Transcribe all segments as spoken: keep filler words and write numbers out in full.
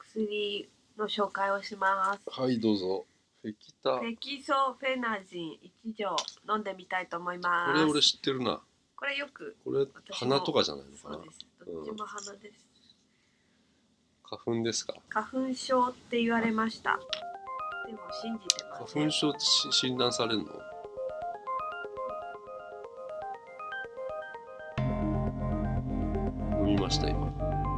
薬の紹介をします。 はい、どうぞ。フェキタ。 フェキソフェナジンいち錠飲んでみたいと思います。 これ俺知ってるな。 これよくこれ鼻とかじゃないのかな。 そうです。どっちも鼻です、うん、 花粉ですか。 花粉症って言われました。でも信じてます。 花粉症って診断されるの？飲みました今。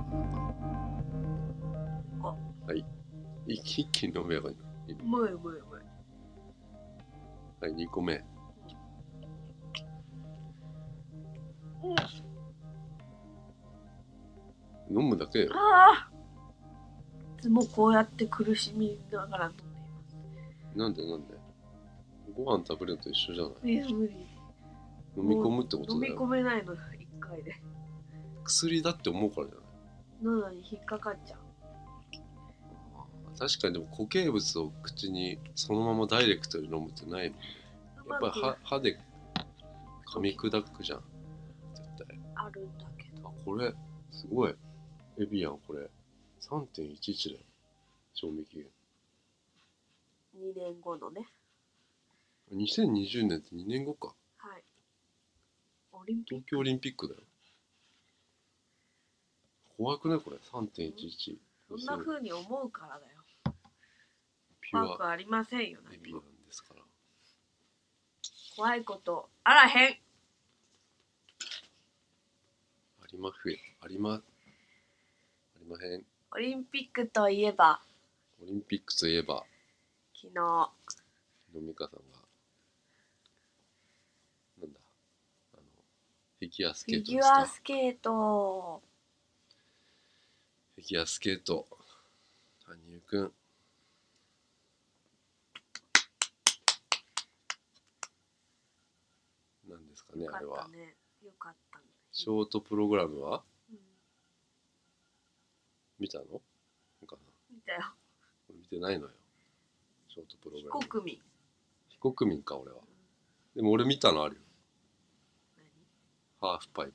はい。一気に飲めばいいの。 うまいうまいうまい。 はい、にこめ。飲むだけよ。 ああ。いつもこうやって苦しみながら飲んでいます。 なんでなんで？ご飯食べるのと一緒じゃない？ いや無理。 飲み込むってことだよ。 飲み込めないの一回で。 薬だって思うからじゃない？ 喉に引っかかっちゃう。 確かにでも固形物を口にそのままダイレクトに飲むってないもんね。やっぱり歯歯で噛み砕くじゃん絶対。 あるんだけど。 あ、これすごいエビアン。これ さんてんいちいち だよ賞味期限。 にねんごのね。 にせんにじゅうねんってにねんごか。 はい。オリンピック。 東京オリンピックだよ。怖くないこれ さんてんいちいち。 そんな風に思うからだよ。 ピュア怖くありませんよ。 エビアンですから。 怖いことあらへん。 ありまふえありまありまへん。 オリンピックといえば。 オリンピックといえば。 昨日。 飲み方が。なんだ。あのフィギュアスケートですか。 フィギュアスケート。 フィギュアスケート。羽生くん。なんですかね、あれは。 よかったね。 ショートプログラムは、 うん、 見たの？かな。 見たよ。 見てないのよ。ショートプログラム。 非国民。 非国民か俺は。うん、でも俺見たのあるよ。 何？ ハーフパイプ。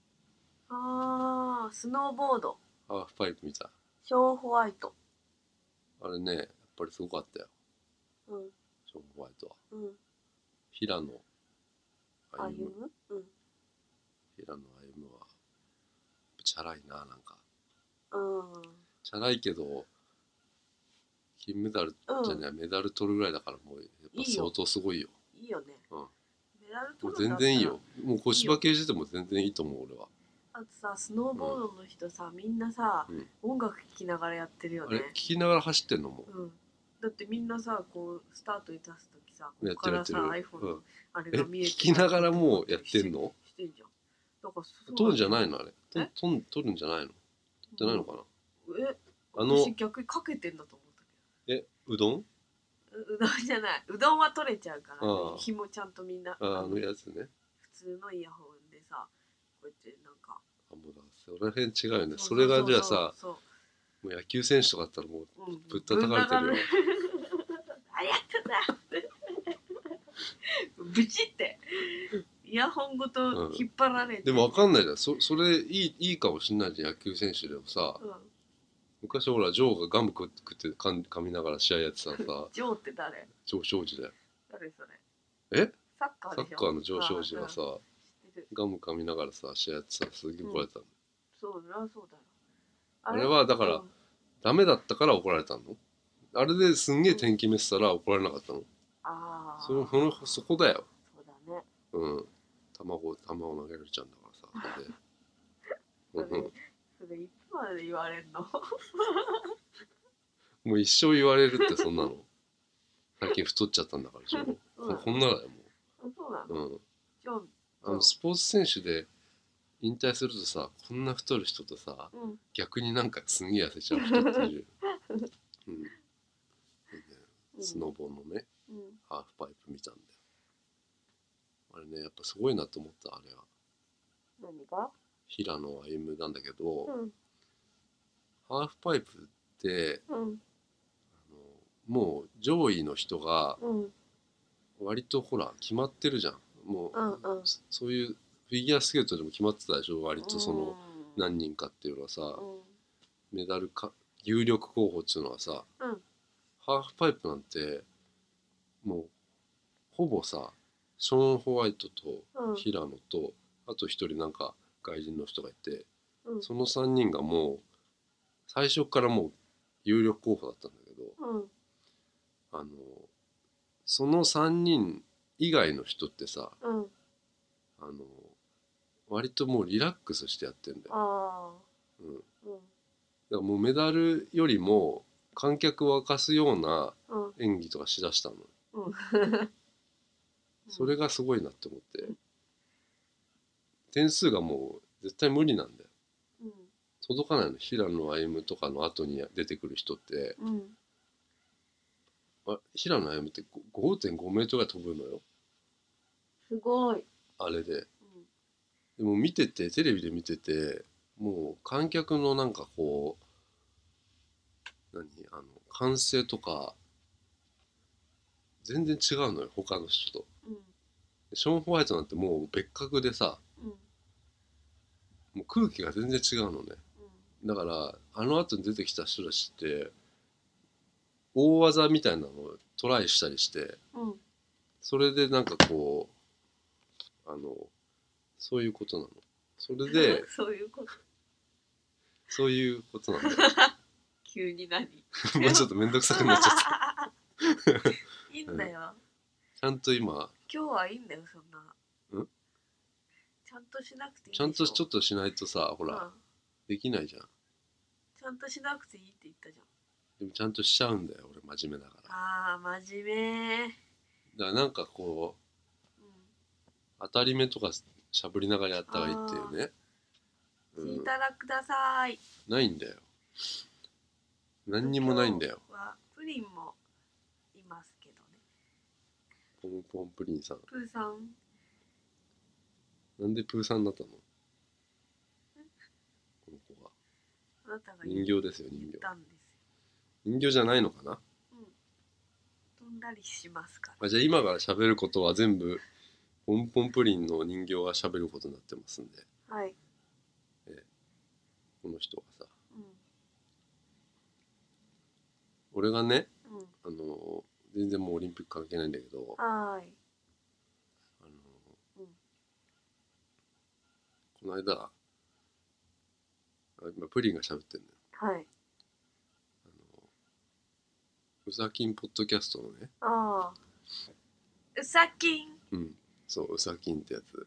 ああ、スノーボード。 ハーフパイプ見た。 ショーホワイト。 あれね、やっぱりすごかったよ。 うん。 ショーホワイトは。 うん。 平野歩夢。うん。 平野歩夢はチャラいな、なんか。 うん。 チャラいけど金メダルじゃない、うん、メダル取るぐらいだからもうやっぱ相当すごいよ。 いいよね。 うん。 メダル取るんだったら全然いいよ。もう小芝系自体も全然いいと思う俺は。 あとさ、スノーボードの人さ、うん、みんなさ、うん、音楽聴きながらやってるよね。 あれ聴きながら走ってんのも、 うん、だってみんなさ、こうスタートに立つときさ、ここからさ iPhone のあれが見えて、 聴きながらもうやってんの？ してんじゃん。だから撮るんじゃないのあれ？撮るんじゃないの？撮ってないのかな？ え、あの私逆にかけてんだと思ったけど。え、うどん？ うどんじゃない。うどんは取れちゃうから、ね、紐ちゃんとみんな。 ああのやつね。 普通のイヤホンでさ、こうやってなんか。 あ、もうだ、その辺違うよね。それがじゃあさ、もう野球選手とかだったらもうぶったたかれてるよ。 ありがとうだ。ブチってイヤホンごと引っ張られて、 うん、でも分かんないじゃん。そそれいいいいかもしんないじゃん野球選手でもさ、うん、昔ほらジョーがガム食って噛みながら試合やってたらさジョーって誰？ ジョー庄司だよ。 誰それ？ え？ サッカーでしょ？ サッカーのジョー庄司がさ、うん、ガム噛みながらさ試合やってたらすげえ怒られたの、うん、 そうだそうだよ。 あれはだから、うん、ダメだったから怒られたの？あれですんげえ天気めてたら怒られなかったの？ ああ、 そのそのそこだよ。 そうだね。 うん。卵卵を投げられちゃうんだからさ。 それ、うん、それいつまで言われんの？ もう一生言われるってそんなの。最近太っちゃったんだからでしょ。うん、こんなだよもう。そうなの？ うん。じゃあ、あのスポーツ選手で引退するとさ、こんな太る人とさ、うん、逆になんかすんげえ痩せちゃう人っている。うん。スノボのね、うん、ハーフパイプ見たんだよ。あれね、やっぱすごいなと思った、あれは。 何が？ 平野歩夢なんだけど、 うん、 ハーフパイプって、うん、あのもう上位の人が割とほら決まってるじゃん。もう、うんうん、そういうフィギュアスケートでも決まってたでしょ、割とその何人かっていうのはさ、うん、メダルか有力候補っていうのはさ、 うん、 ハーフパイプなんてもうほぼさショーン・ホワイトと平野と、うん、あと一人なんか外人の人がいて、うん、そのさんにんがもう最初からもう有力候補だったんだけど、うん、あのそのさんにん以外の人ってさ、うん、あの割ともうリラックスしてやってんだよ。あ、うんうん、だからもうメダルよりも観客を沸かすような演技とかしだしたの、うん、それがすごいなって思って、点数がもう絶対無理なんだよ、うん、届かないの。平野歩夢とかの後に出てくる人って、うん、あ平野歩夢って ごてんご メートルが飛ぶのよ。 すごい。 あれで、うん、でも見ててテレビで見ててもう観客のなんかこう何あの歓声とか全然違うのよ他の人と、うん、ショーン・ホワイトなんてもう別格でさ、うん、もう空気が全然違うのね、うん、だからあの後に出てきた人たちって大技みたいなのをトライしたりして、うん、それでなんかこうあのそういうことなの。それでそういうことそういうことなんだよ急に何もうちょっとめんどくさくなっちゃったいいんだよ、 ちゃんと今今日はいいんだよそんな。んちゃんとしなくていいでしょ。 ちゃんとちょっとしないとさほら、うん、できないじゃん。 ちゃんとしなくていいって言ったじゃん。 でもちゃんとしちゃうんだよ俺真面目だから。 あー真面目。 だからなんかこう、うん、当たり目とかしゃぶりながらやったらいいっていうね、 うん、いただください。 ないんだよ何にもないんだよ。 はプリンもいますけどね。 ポンポンプリンさん。 プーさん。 なんでプーさんになったの？この子が。 あなたが人形ですよ人形。 言ったんですよ。 人形じゃないのかな？うん。 飛んだりしますから。 あ、じゃあ今から喋ることは全部ポンポンプリンの人形が喋ることになってますんで。 はい。 えこの人がさ、うん、俺がね、うん、あの全然もうオリンピック関係ないんだけど、はい。あの、うん、この間今プリンが喋ってんだよ。はい。あのうさきんポッドキャストのね。ああ。 うさきん。 うん。そううさきんってやつ。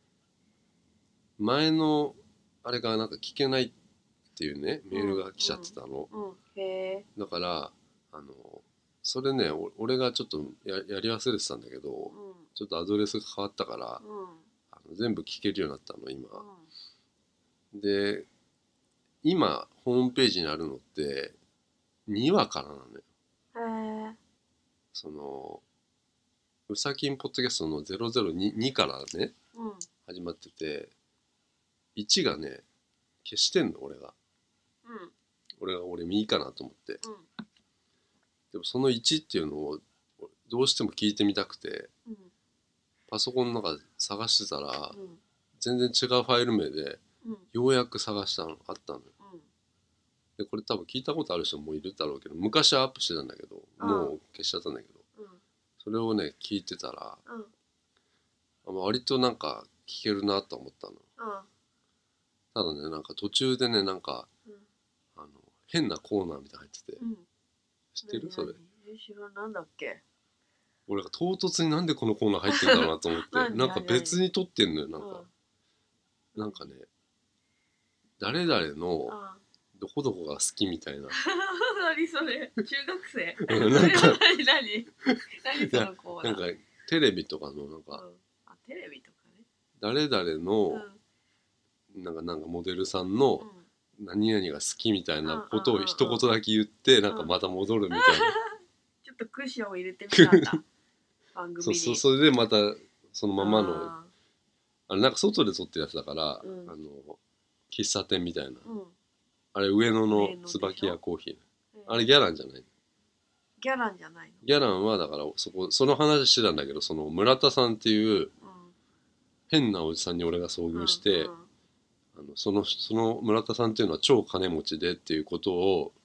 前のあれがなんか聞けないっていうねメールが来ちゃってたの、うんうんうん、へだからあのそれね俺がちょっと や, やり忘れてたんだけど、うん、ちょっとアドレスが変わったから、うん、あの全部聞けるようになったの今、うん、で今ホームページにあるのってにわからなのよ。へそのうさきんポッドキャストのゼロゼロにからね、うん、始まってていちがね消してんの俺が、うん、俺が俺右かなと思って、うん、でもそのいちっていうのをどうしても聞いてみたくて、うん、パソコンの中で探してたら、うん、全然違うファイル名で、うん、ようやく探したのあったのよ、うん、でこれ多分聞いたことある人もいるだろうけど昔はアップしてたんだけどもう消しちゃったんだけど、うん、それをね聞いてたら、うん、割となんか聞けるなと思ったの、うんただねなんか途中でねなんか、うん、あの変なコーナーみたいなの入ってて、うん、知ってるそれ？ 知らんなんだっけ？ 俺が唐突になんでこのコーナー入ってんだろうなと思ってなんか別に撮ってんのよなんか、うん、なんかね誰々のどこどこが好きみたいな何それ中学生なんか何何何そのコーナーなんかテレビとかのなんか、 うん、あテレビとかね誰々の、うんなんかなんかモデルさんの何々が好きみたいなことを一言だけ言ってなんかまた戻るみたいなちょっとクッションを入れてみたんだ番組にそうそうそれでまたそのままの あ, あれなんか外で撮ってるやつだから、うん、あの喫茶店みたいな、うん、あれ上野の椿屋コーヒー、あれギャランじゃない？ ギャランじゃないの？ ギャランはだからそこその話してたんだけどその村田さんっていう、うん、変なおじさんに俺が遭遇して、うんうんあの そ, のその村田さんっていうのは超金持ちでっていうことを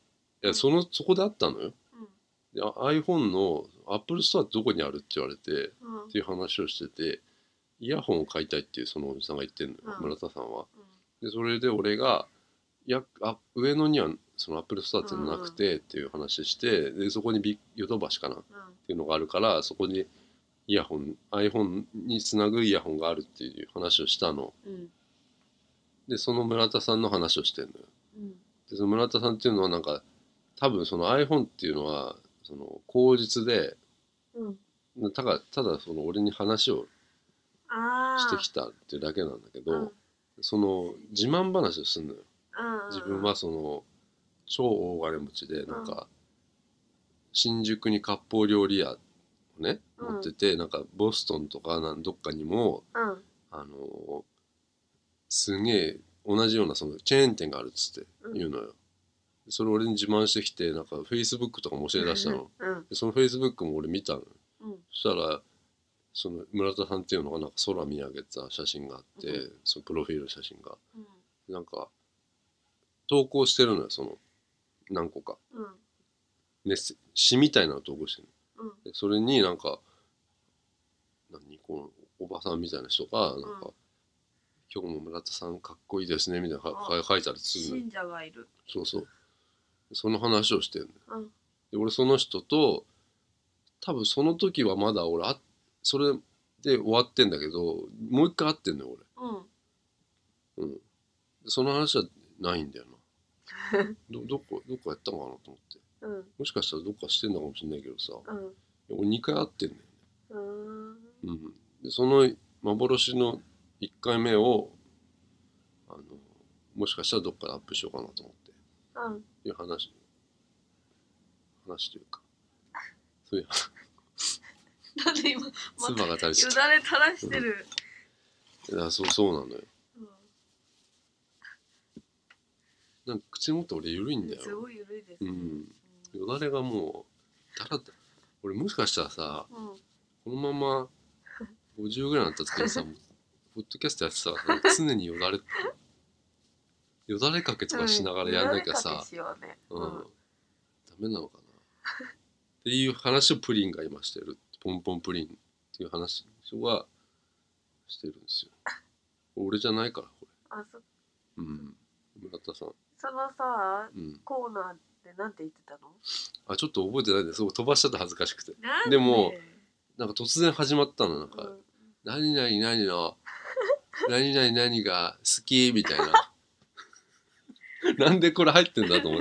いやそのそこであったのよ。 うん、 で iPhone の Apple Store ってどこにあるって言われて、 うん、 っていう話をしてて、イヤホンを買いたいっていうそのおじさんが言ってんのよ、 うん、 村田さんは。 うん、 でそれで俺がいやあ上野にはその Apple Store ってなくてっていう話して、でそこにビヨドバシかな、 うん、 っていうのがあるからそこにイヤホン iPhone につなぐイヤホンがあるっていう話をしたの。 うん、 でその村田さんの話をしてんのよ。 うん、 でその村田さんっていうのはなんか多分その iPhone っていうのはその口実で、 うん、 ただただその俺に話をしてきたっていうだけなんだけど、 うん、 その自慢話をするのよ。 うん、 自分はその超大金持ちでなんか新宿に割烹料理屋をね持ってて、なんかボストンとかなんどっかにも、 うん、 あのすげえ同じようなそのチェーン店があるっつって言うのよ。それ俺に自慢してきて、なんか Facebook とかも教え出したの。 うん、 でその Facebook も俺見たの。 うん、 そしたらその村田さんっていうのがなんか空見上げた写真があって、うん、そのプロフィール写真が、うん、なんか投稿してるのよ、その何個か、うん、メッセ詩みたいなの投稿してるの、うん、でそれになんか何このおばさんみたいな人がなんか、うん、今日も村田さんかっこいいですねみたいな書いてあるつるの。信者がいる。 そうそう。その話をしてるの、うん、で俺その人と多分その時はまだ俺あそれで終わってんだけどもう一回会ってんのよ俺。うん。うん。その話はないんだよな。どどこどこやったのかなと思って、うん、もしかしたらどっかしてんのかもしれないけどさ、うん、俺にかい会ってんだよね。うん、うん、でその幻のいっかいめをあのもしかしたらどっかでアップしようかなと思って、うん、いう話話というかそういうなんで今つばが垂れてよだれ垂らしてる、 うん、いやそうそうなのよ、うん、なんか口元俺緩いんだよ。 すごい緩いですね、 うん、よだれがもうだらだ俺もしかしたらさ、うん、このままごじゅうぐらいになった時にさポッドキャストやってたら常によだれよだれかけとかしながらやんなきゃさ、うん、ダメなのかなっていう話をプリンが今してる。ポンポンプリンっていう話はしてるんですよ。俺じゃないからこれ。あ、そうん。村田さん。 そのさ、うん、コーナーってなんて言ってたの？ あ、ちょっと覚えてないんです。飛ばしちゃって恥ずかしくて。でもなんか突然始まったのなんか、うん、何々何の何々何が好きみたいな。なんでこれ入ってんだと思って。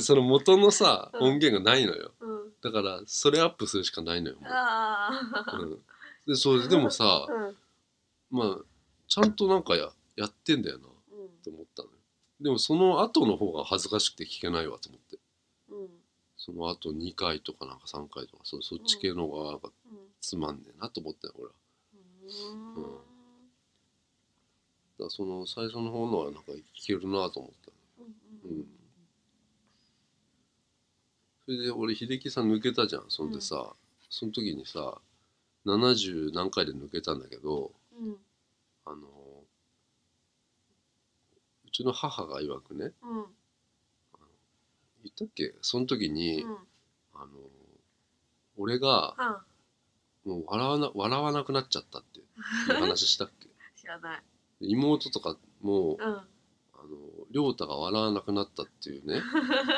その元のさ、うん、音源がないのよ。うん、だからそれアップするしかないのよ。もうあ、うん、でそれでもさ、うん、まあちゃんとなんか や, やってんだよなって思ったのよ。でもその後の方が恥ずかしくて聞けないわと思って、うん、その後にかいとかなんかさんかいとか そ, そっち系の方がなんかつまんねえなと思ったよ俺は。うん、うん、だからその最初の方のはなんか聞けるなと思った。うん、それで俺秀樹さん抜けたじゃん。そんでさ、うん、その時にさななじゅう何回で抜けたんだけど、うん、あのうちの母が曰くね、うん、言ったっけその時に、うん、あの俺が、うん、もう笑わな笑わなくなっちゃったっていう話したっけ知らない。 妹とかも、うん、あの亮太が笑わなくなったっていうね、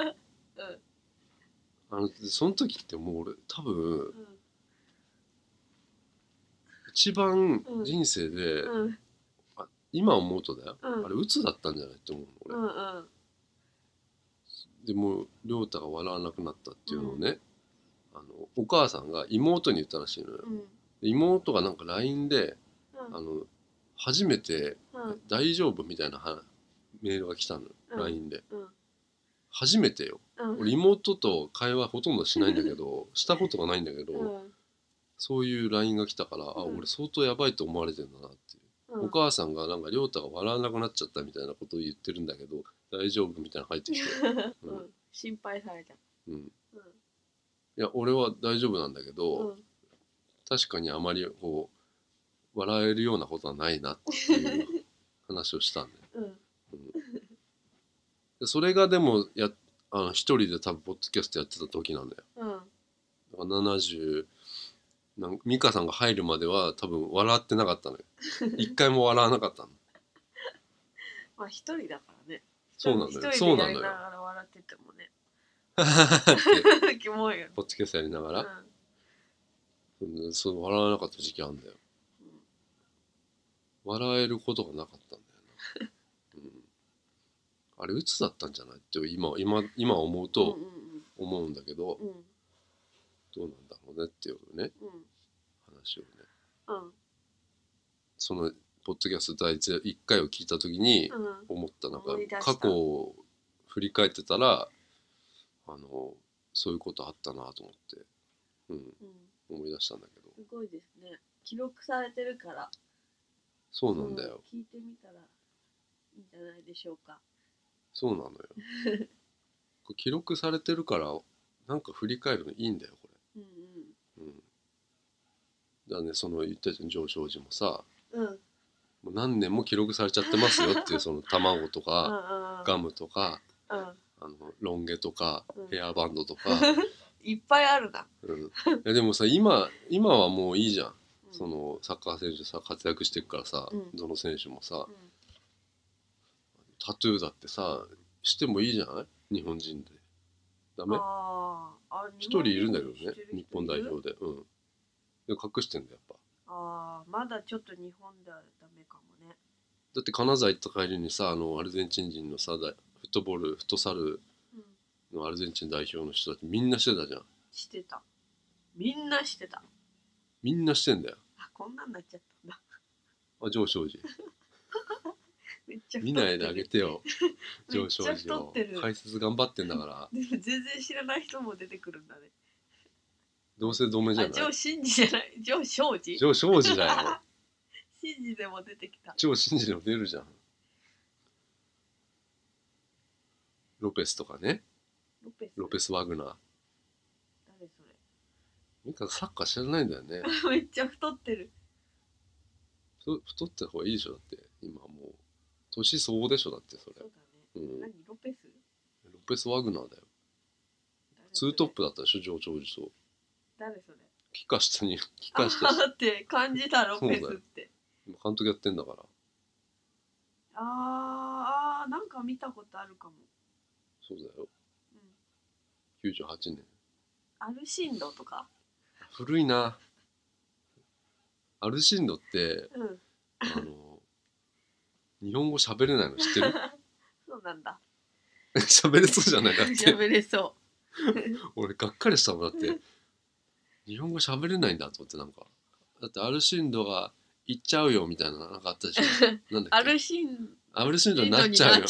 うん、あのその時ってもう俺多分、うん、一番人生で、うん、あ今思うとだよ、うん、あれ鬱だったんじゃないって思うの俺、うんうん、でも亮太が笑わなくなったっていうのをね、うん、あのお母さんが妹に言ったらしいのよ、うん、妹がなんか ライン で、うん、あの初めて大丈夫みたいなメールが来たの、うん、ライン で、うん、初めてよ、うん、俺妹と会話ほとんどしないんだけどしたことがないんだけど、うん、そういう ライン が来たから、うん、あ俺相当やばいと思われてんだなっていう、うん、お母さんがなんか亮太が笑わなくなっちゃったみたいなことを言ってるんだけど大丈夫みたいなの入ってきて、 うんうん、心配された、うんうん、いや俺は大丈夫なんだけど、うん、確かにあまりこう笑えるようなことはないなっていう話をしたんで、うんうん、でそれがでもやあの一人で多分ポッドキャストやってた時なんだよ。 うん。 だからななじゅうなん美香さんが入るまでは多分笑ってなかったのよ。一回も笑わなかったの。 まあ一人だからね。 そうなんだよ。 一そうなのよ。 人でやりながら笑っててもね。 ってキモいよね。 ポッドキャストやりながら、 うんうん、そう笑わなかった時期あるんだよ。笑えることがなかったんだよな。うん、あれ鬱だったんじゃないって今今今思うと思うんだけど、 うんうんうん、 どうなんだろうねっていうね、 うん、 話をね、 うん、 そのポッドキャスト第いっかいを聞いた時に思った、なんか過去を振り返ってたらあのそういうことあったなと思って、うんうん、思い出したんだけど。 すごいですね。記録されてるから。 そうなんだよ。 聞いてみたらいいんじゃないでしょうか。 そうなのよ。記録されてるからなんか振り返るのいいんだよこれ。うんうん。うん。だからね、その言ったじゃん上昇寺もさ、うん、もう何年も記録されちゃってますよっていうその卵とかガムとか、うん、あのロン毛とか、うん、ヘアバンドとかいっぱいあるな。 うん。いやでもさ今今はもういいじゃん。そのサッカー選手さ活躍してるからさ、うん、どの選手もさ、うん、タトゥーだってさしてもいいじゃない日本人で。ダメ？ああ一人いるんだけどね日本代表で。うん。で隠してんだよやっぱ。ああまだちょっと日本ではダメかもね。 だって金沢行った帰りにさあのアルゼンチン人のさフットボールフットサルのアルゼンチン代表の人たちみんなしてたじゃん。 してた。みんなしてた。 みんなしてんだよ。 あ、こんなんなっちゃったんだ。 あ、上昇寺。 めっちゃ見ないであげてよ。上昇寺を。解説頑張ってんだから。 でも全然知らない人も出てくるんだね。 どうせ同盟じゃない。 上真司じゃない。上昇寺。 上昇寺だよ。 真司でも出てきた。 上真司でも出るじゃん。ロペスとかね。ロペス。ロペスワグナー。 誰それ。 なんかサッカー知らないんだよね。 めっちゃ太ってる。 太ってた方がいいでしょだって今もう年相応でしょだってそれ。そうだね。うん、何ロペス？ ロペスワグナーだよ。ツートップだったでしょ上長寿と。 誰それ？ 気化したに気化したし。 だって感じたロペスって。 今監督やってんだから。 あーあーなんか見たことあるかも。 そうだよ。うん。きゅうじゅうはちねん。 アルシンドとか。 古いな。アルシンドって、うん、あの日本語喋れないの知ってる？ そうなんだ。 喋れそうじゃないだって。 喋れそう。 俺がっかりしたもんだって日本語喋れないんだと思ってなんかだってアルシンドが行っちゃうよみたいななんかあったでしょ。なんだっけ？ アルシンアルシンドになっちゃうよ。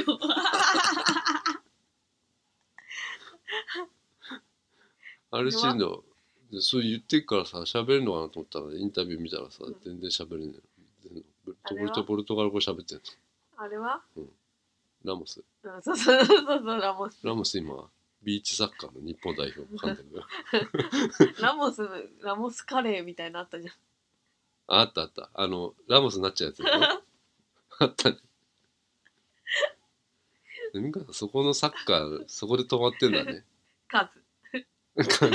アルシンドでそう言ってっからさ喋れるのかなと思ったらインタビュー見たらさ、うん、全然喋れないの。ポルトガル語喋ってんの。 あれは？ うん。ラモス。 うん、そうそうそうそうラモス。 ラモス今ビーチサッカーの日本代表監督。 ラモスラモスカレーみたいなあったじゃん。 あったあったあのラモスになっちゃうやつだよ。あったね。みかんさんそこのサッカーそこで止まってんだね。 カズ。うん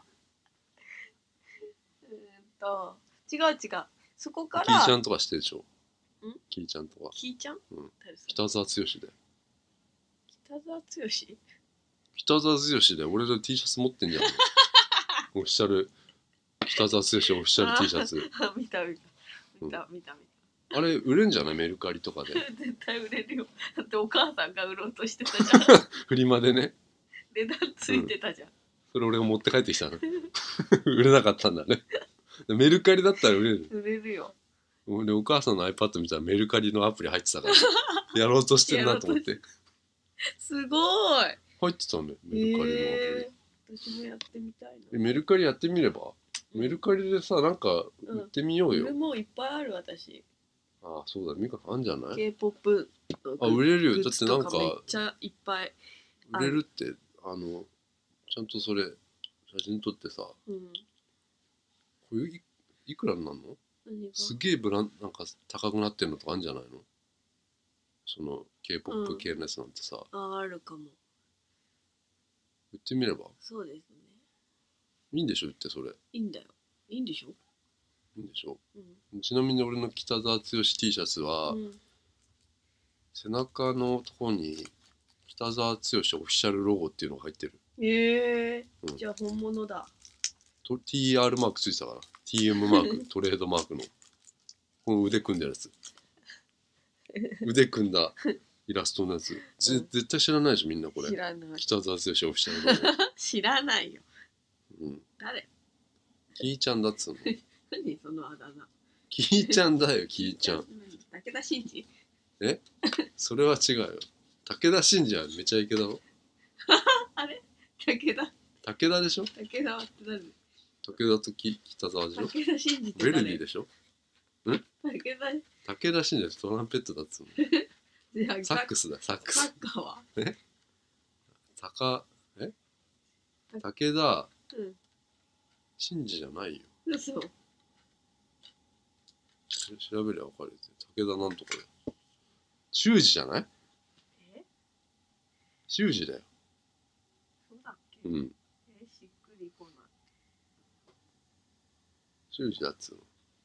と違う違うそこからキーちゃんとかしてるでしょ。んキーちゃんとか。 キーちゃん、 うん、北澤剛だよ。 北澤剛？ 北澤剛で俺の T シャツ持ってんじゃん。オフィシャル北澤剛オフィシャル T シャツ。 見た見た見た見た見た。あれ売れんじゃないメルカリとかで。 絶対売れるよ。だってお母さんが売ろうとしてたじゃん。 フリマでね。 値段ついてたじゃん。うん、 それ俺が持って帰ってきたの。売れなかったんだね。メルカリだったら売れる。 売れるよ。 俺お母さんの iPad 見たらメルカリのアプリ入ってたからやろうとしてんなと思って。 すごい。 入ってたんだよメルカリのアプリ。 えー、私もやってみたいな。 メルカリやってみれば。メルカリでさなんか売ってみようよ。 うん、もういっぱいある私。 ああそうだミカあんじゃない？ K-ポップあ売れるよ。だってなんかめっちゃいっぱい売れるってあのちゃんとそれ写真撮ってさ、うん、これ い, いくらになるの？すげえブランなんか高くなってるのとかあるんじゃないの？その K-ポップ 系のやつなんてさ、 うん、ああるかも。 ってみればそうですね。 いいんでしょ言ってそれ。 いいんだよ。いいんでしょ。 いいんでしょ、 うん、 ちなみに俺の北澤剛 T シャツは、うん、背中のとこに北澤剛オフィシャルロゴっていうのが入ってる。 へえーうん、じゃあ本物だ。 と ティーアール マークついてたから ティーエム マークトレードマークのこの腕組んでるやつ腕組んだイラストのやつ、うん、絶対知らないでしょみんなこれ。 知らない。 北澤剛オフィシャルロゴ知らないよ、 うん、 誰？ キーちゃんだっつうの何そのあだ名。 キーちゃんだよキーちゃん。 武田真治？ えそれは違うよ。武田真治はめちゃイケだろあれ武田武田でしょ。 武田はって誰？ 武田とき北澤でしょ。 武田真治って誰？ヴェルディでしょ。ん武田武田真治トランペットだっつうのサックスだサックス。 サッカーはえ高え武田真治じゃないよ。 嘘。 調べりゃ分かるよ。武田なんとかで修二じゃない？ え修二だよ。 そうだっけ？ うん。 えしっくりこない。 修二だっつうの。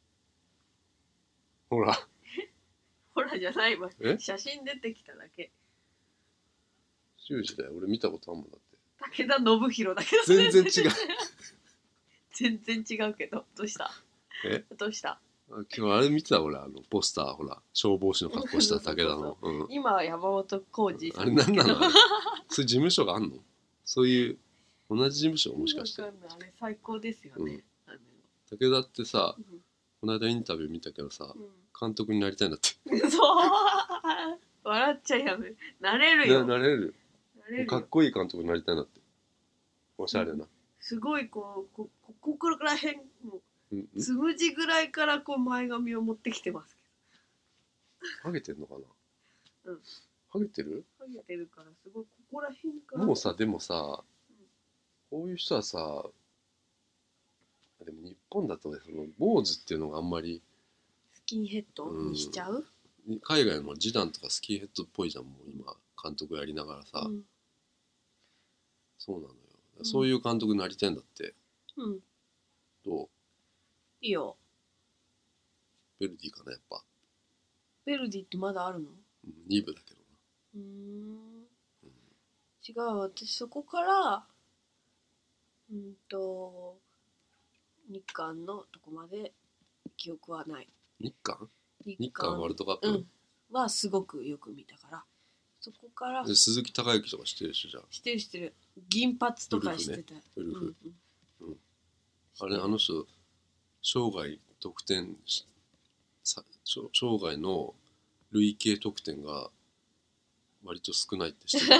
ほら。 ほらじゃないわ。写真出てきただけ。 修二だよ。俺見たことあるもんだって。 武田信弘だけど。 全然違う。 全然違うけど。どうした？ え？ どうした？ 今日あれ見てた俺あのポスターほら消防士の格好した武田の。 うん、今は山本浩二さん。 あれ何なの？そういう事務所があんの？そういう同じ事務所もしかして。 あれ最高ですよね。 うん、武田ってさ、うん、この間インタビュー見たけどさ、うん、監督になりたいんだって。 そう笑っちゃやめ。なれるよ。 な, なれる。なれるかっこいい監督になりたいんだって。おしゃれな。うん、 すごいこうこここら辺も。つむじぐらいからこう前髪を持ってきてますけど。ハゲてんのかな。うん。ハゲてる？ ハゲてるからすごいここら辺から。 もうさでもさ、うん、こういう人はさ、でも日本だとねその坊主っていうのがあんまり。 スキンヘッドにしちゃう？ うん、海外のジダンとかスキンヘッドっぽいじゃんもう今監督やりながらさ。うん、そうなのよ。そういう監督になりたいんだって。うん。どう？ いいよ。 ヴェルディかなやっぱ。 ヴェルディってまだあるの？ うん、に部だけどな。 うーん、うん、違う私そこからうんと日韓のとこまで記憶はない。 日韓？日韓ワールドカップ、うん、 はすごくよく見たからそこから。 鈴木孝之とか知ってる人じゃん。 知ってる知ってる。銀髪とか知ってた。 ウルフ、ね、ウルフ、うんうん、あれあの人生涯得点生涯の累計得点が割と少ないって知ってる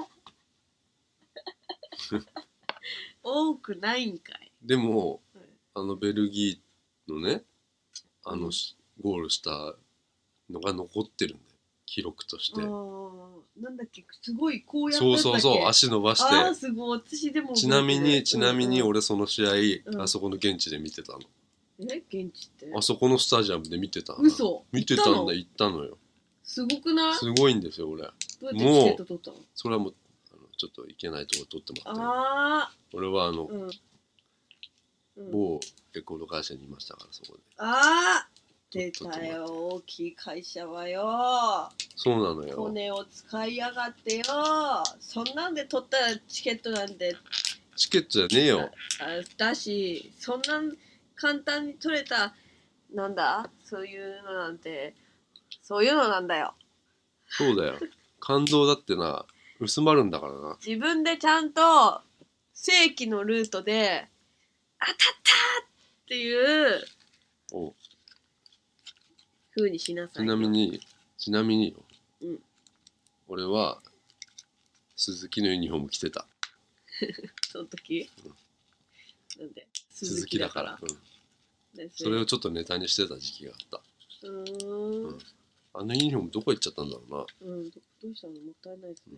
多くないんかい。 でも、はい、あのベルギーのねあの、うん、ゴールしたのが残ってるんだよ記録として。あなんだっけすごいこうやったんだっけ。 そうそうそう足伸ばして。 あすごい私でもちなみにちなみに俺その試合、うん、あそこの現地で見てたの。 え現地ってあそこのスタジアムで見てた。 嘘見てたんだ行ったのよ。 すごくない？ すごいんですよ俺。どうやってチケット取ったの？ それはもうあのちょっと行けないとこ取ってもらってあ俺はあの、うんうん、 某レコード会社にいましたからそこで。 ああ出たよ大きい会社はよ。 そうなのよ。 骨を使いやがってよ。そんなんで取ったチケットなんてチケットじゃねえよ。 だしそんなん簡単に取れたなんだそういうのなんてそういうのなんだよ。 そうだよ感動だってな薄まるんだからな。 自分でちゃんと正規のルートで当たったっていう風にしなさい。 ちなみにちなみによ、 うん、 俺は鈴木のユニフォーム着てたその時、うん、なんで鈴木だから、うん、それをちょっとネタにしてた時期があった。うーん、うん、あのユニフォームどこ行っちゃったんだろうな。 うん、ど, どうしたのもったいないですね、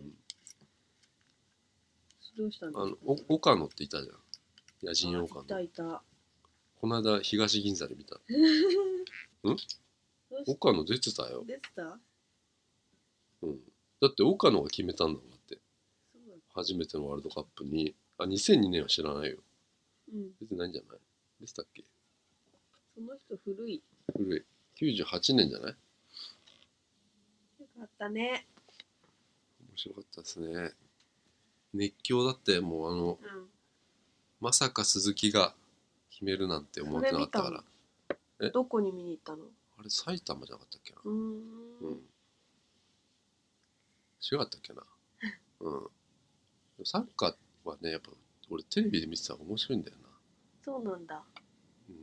うん、どうしたの。 あのお岡野っていたじゃん野人岡野。 いたいた。 この間東銀座で見たん岡野出てたよ。 出てた。 うんだって岡野が決めたんだもんだって初めてのワールドカップに、あ、にせんにねんは知らないよ。 うん。 出てないんじゃないでしたっけ？ その人古い。 古い。きゅうじゅうはちねんじゃない？ よかったね。 面白かったですね。熱狂だって、もうあの、 うん。 まさか鈴木が決めるなんて思ってなかったから。 え、どこに見に行ったの？ あれ埼玉じゃなかったっけな。 うーん。うん。 違ったっけな。うん。サッカーはね、やっぱ俺テレビで見てたら面白いんだよな。 そうなんだ。 うん、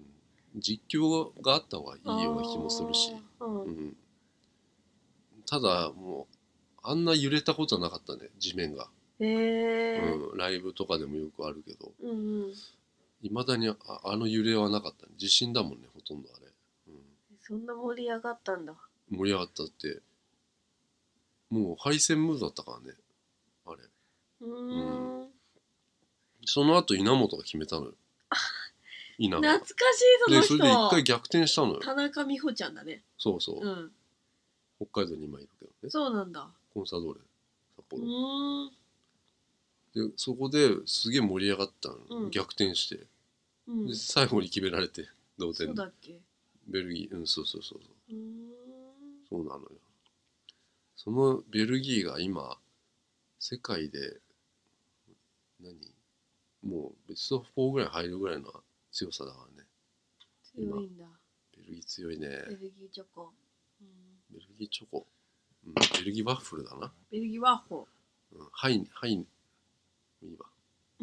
実況があった方がいいような気もするし、 うん、 うん、ただもうあんな揺れたことはなかったね、地面が。 へえ、 うん、ライブとかでもよくあるけど、 うんうん、 いまだに あ, あの揺れはなかった、ね、地震だもんね、ほとんどあれ、うん、 そんな盛り上がったんだ。 盛り上がったって、もう敗戦ムードだったからね、あれ。 うーん、 その後稲本が決めたのよ。稲が懐かしい、その人。 でそれで一回逆転したのよ。 田中美穂ちゃんだね。 そうそう、 うん、 北海道に今いるけどね。 そうなんだ。 コンサドーレ札幌。 うーん、 でそこですげえ盛り上がったの、 うん、 逆転して、 うん、 で最後に決められて同点。 そうだっけ？ ベルギー、うん、そうそうそうそううーん、 そうなのよ。そのベルギーが今世界で何もうベストフォーぐらい入るぐらいの強さだからね。 強いんだ。 ベルギー強いね。 ベルギーチョコ、うん、 ベルギーチョコ、うん、ベルギーワッフルだな。 ベルギーワッホ、 うん、ハイハイいいわ、 うん、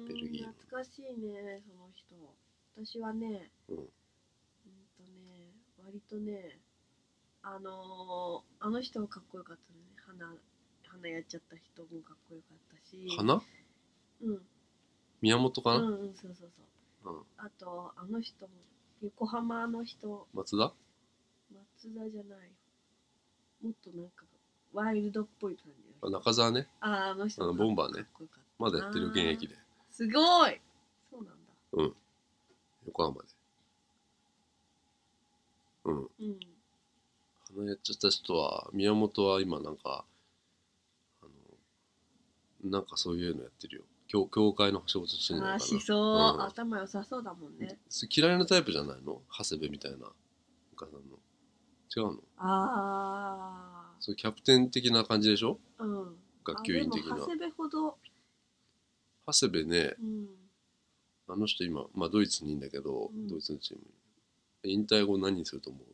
ベルギー懐かしいね、その人。私はね、うん、うんとね、割とね、あのー、あの人もかっこよかったね。花花やっちゃった人もかっこよかったし。 花？うん。宮本かな？ うんうん、そうそうそう。うん、あとあの人も横浜の人。 松田？ 松田じゃない。もっとなんかワイルドっぽい感じ。 あ、中澤ね。 あ、あの人あのボンバーね。まだやってる現役で。 すごい。そうなんだ。 うん。横浜で。うん。うん。花やっちゃった人は、宮本は今なんか、あの、なんかそういうのやってるよ。教教会の仕事してるのかな。あ、 しそう、うん、頭良さそうだもんね。 嫌いなタイプじゃないの？長谷部みたいなお母さんの。違うの？ああ。そうキャプテン的な感じでしょ？うん。学級委員的な。長谷部ほど。長谷部ね、うん、あの人今、まあドイツにいるんだけど、うん、ドイツのチームに。引退後何にすると思う？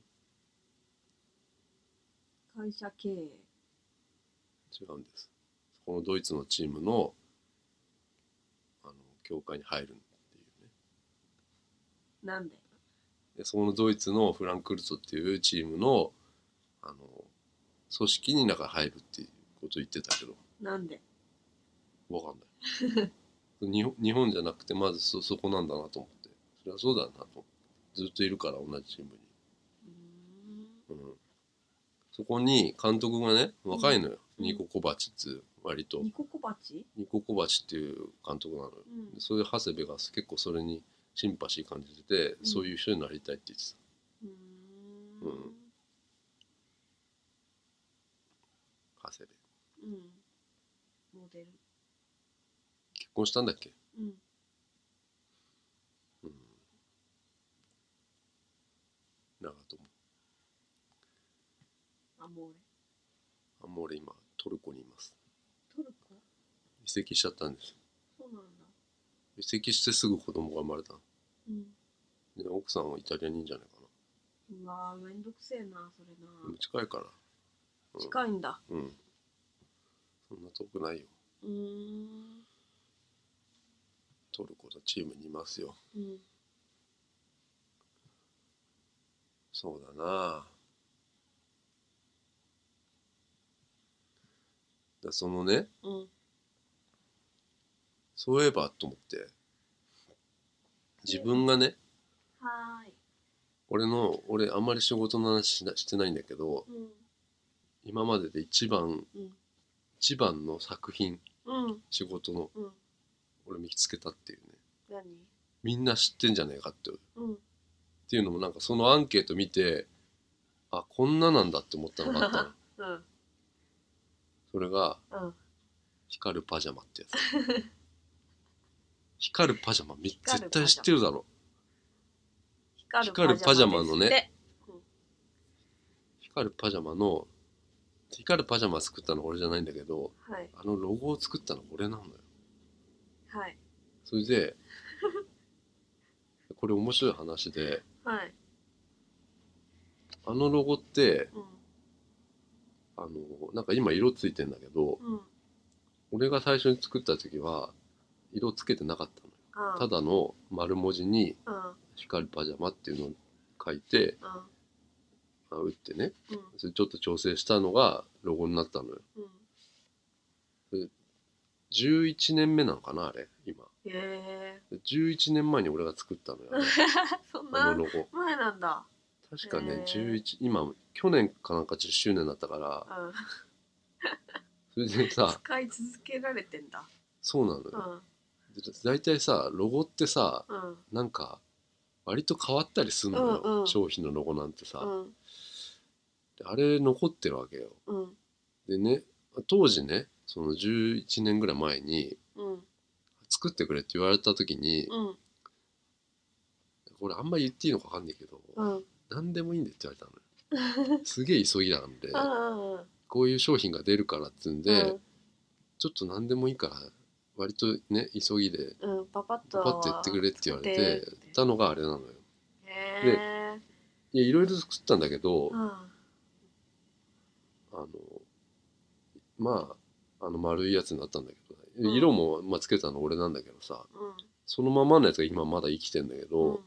会社経営。違うんです。このドイツのチームのあの協会に入るっていうね。 なんで？ でそのドイツのフランクフルトっていうチームのあの組織に中入るっていうことを言ってたけど。 なんで？ わかんない日本。日本じゃなくてまず そ, そこなんだなと思って、それはそうだなと、ずっといるから同じチームに。うん、うん、そこに監督がね若いのよ、うん、ニコ・コバチっつう割と。 ニコ・コバチ？ ニコ・コバチっていう監督なのよ、うん、そういう長谷部が結構それにシンパシー感じてて、うん、そういう人になりたいって言ってた。うん、うん、長谷部、うん、モデル。結婚したんだっけ？うん、うん、長友。 アモーレ。 アモーレ今トルコにいます。 トルコ？ 移籍しちゃったんです。 そうなんだ。 移籍してすぐ子供が生まれた。うん。で奥さんはイタリアにいいんじゃないかな。うわー、めんどくせえなそれな。 近いから、 うん、近いんだ。 うん。そんな遠くないよ。うーん。トルコのチームにいますよ。うん。そうだな。だそのね、うん、そういえばと思って自分がね、はーい、俺の俺あんまり仕事の話しなしてないんだけど、うん、今までで一番、うん、一番の作品、うん、仕事の、うん、俺見つけたっていうね。何？みんな知ってんじゃねえかって、うん、っていうのもなんかそのアンケート見て、あこんななんだって思ったのがあったの。うん、 それが、 うん、 光るパジャマってやつ。光るパジャマ絶対知ってるだろ。光るパジャマのね、うん、光るパジャマの光るパジャマ作ったの俺じゃないんだけど、はい、あのロゴを作ったの俺なのよ。はい。それでこれ面白い話で、はい、あのロゴって、うん、あのなんか今色ついてんだけど、うん、俺が最初に作った時は色つけてなかったのよ。うん、ただの丸文字に光るパジャマっていうのを書いて、うん、打ってね、うん、それちょっと調整したのがロゴになったのよ。うん、じゅういちねんめなのかなあれ今。へー。じゅういちねんまえに俺が作ったのよ。 そんな前なんだ。 確かねじゅういち今去年かなんかじゅっしゅうねんだったから、うん、それでさ使い続けられてんだ。 そうなのよ。うんだいたいさロゴってさ、うん、なんか割と変わったりするのよ、うんうん、商品のロゴなんてさ、うん、あれ残ってるわけよ、うん、でね当時ねそのじゅういちねんぐらい前に、うん、作ってくれって言われた時に、うん、これあんまり言っていいのか分かんないけど、うん、何でもいいんでって言われたのよすげえ急ぎなんでこういう商品が出るからっつうんで、うん、ちょっと何でもいいから割とね急ぎで、うん、パパッとパパッとやってくれって言われてたのがあれなのよ。でいやいろいろ作ったんだけど、うん、あのまああの丸いやつになったんだけど、うん、色も、まあ、つけたの俺なんだけどさ、うん、そのままのやつが今まだ生きてんだけど、うんうん、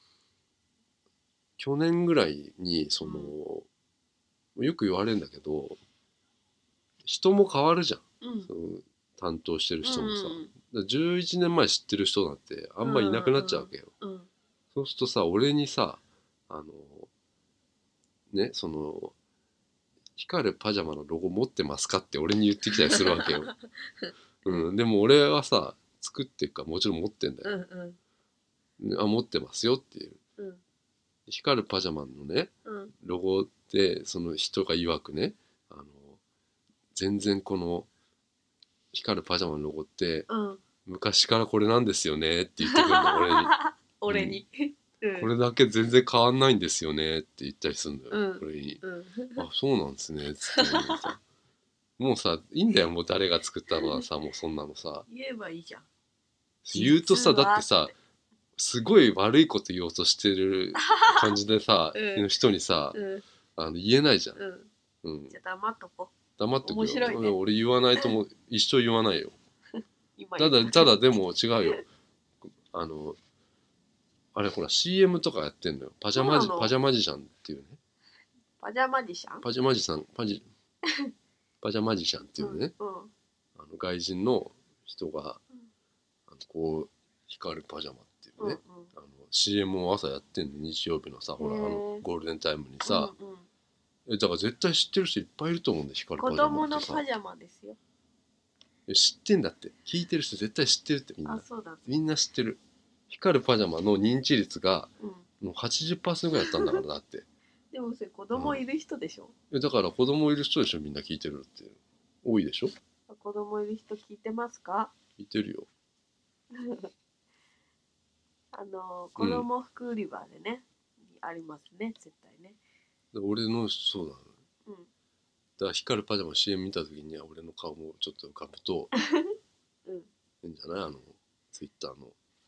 去年ぐらいにその、うん、よく言われるんだけど人も変わるじゃん、うん、その担当してる人もさ、うん、じゅういちねんまえ知ってる人なんてあんまいなくなっちゃうわけよ、うんうん、そうするとさ俺にさあのねその光るパジャマのロゴ持ってますかって俺に言ってきたりするわけよ、うん、でも俺はさ作ってるからもちろん持ってんだよ、うんうん、あ持ってますよっていう、うん、光るパジャマのね、うん、ロゴってその人が曰くねあの全然この光るパジャマのロゴって、うん、昔からこれなんですよねって言ってくるの俺に俺に、 うん、これだけ全然変わんないんですよねって言ったりするんだよ、うん、俺に、うん、あそうなんですねっつってさもうさいいんだよもう誰が作ったのはさもうそんなのさ言えばいいじゃん言うとさだってさすごい悪いこと言おうとしてる感じでさ、うん、人にさ、うん、あの言えないじゃん、 うんうん、じゃあ黙っとこ黙ってくよ面白い、ね、俺言わないとも一生言わないよただただでも違うよあのあれほら シーエム とかやってんのよパジャマジパジャマジシャンっていうねパジャマジシャンパジャマジさんパジパジャマジシャンっていうね、うんうん、あの外人の人が、うん、あのこう光るパジャマっていうね、うんうん、あの シーエム を朝やってんの日曜日のさほらあのゴールデンタイムにさ、うんうんだから絶対知ってる人いっぱいいると思うんで光るパジャマってさ子供のパジャマですよ知ってんだって聞いてる人絶対知ってるってみんなあそうだみんな知ってる光るパジャマの認知率がもう はちじゅっパーセント ぐらいだったんだからだってでもそれ子供いる人でしょ、 うん、だから子供いる人でしょみんな聞いてるって多いでしょ子供いる人聞いてますか聞いてるよあの子供服売り場でね、うん、ありますね絶対ね俺のそうなの、うん、だから光るパジャマ シーエム 見た時には俺の顔もちょっと浮かぶと、うん、いいんじゃないあのツイッターの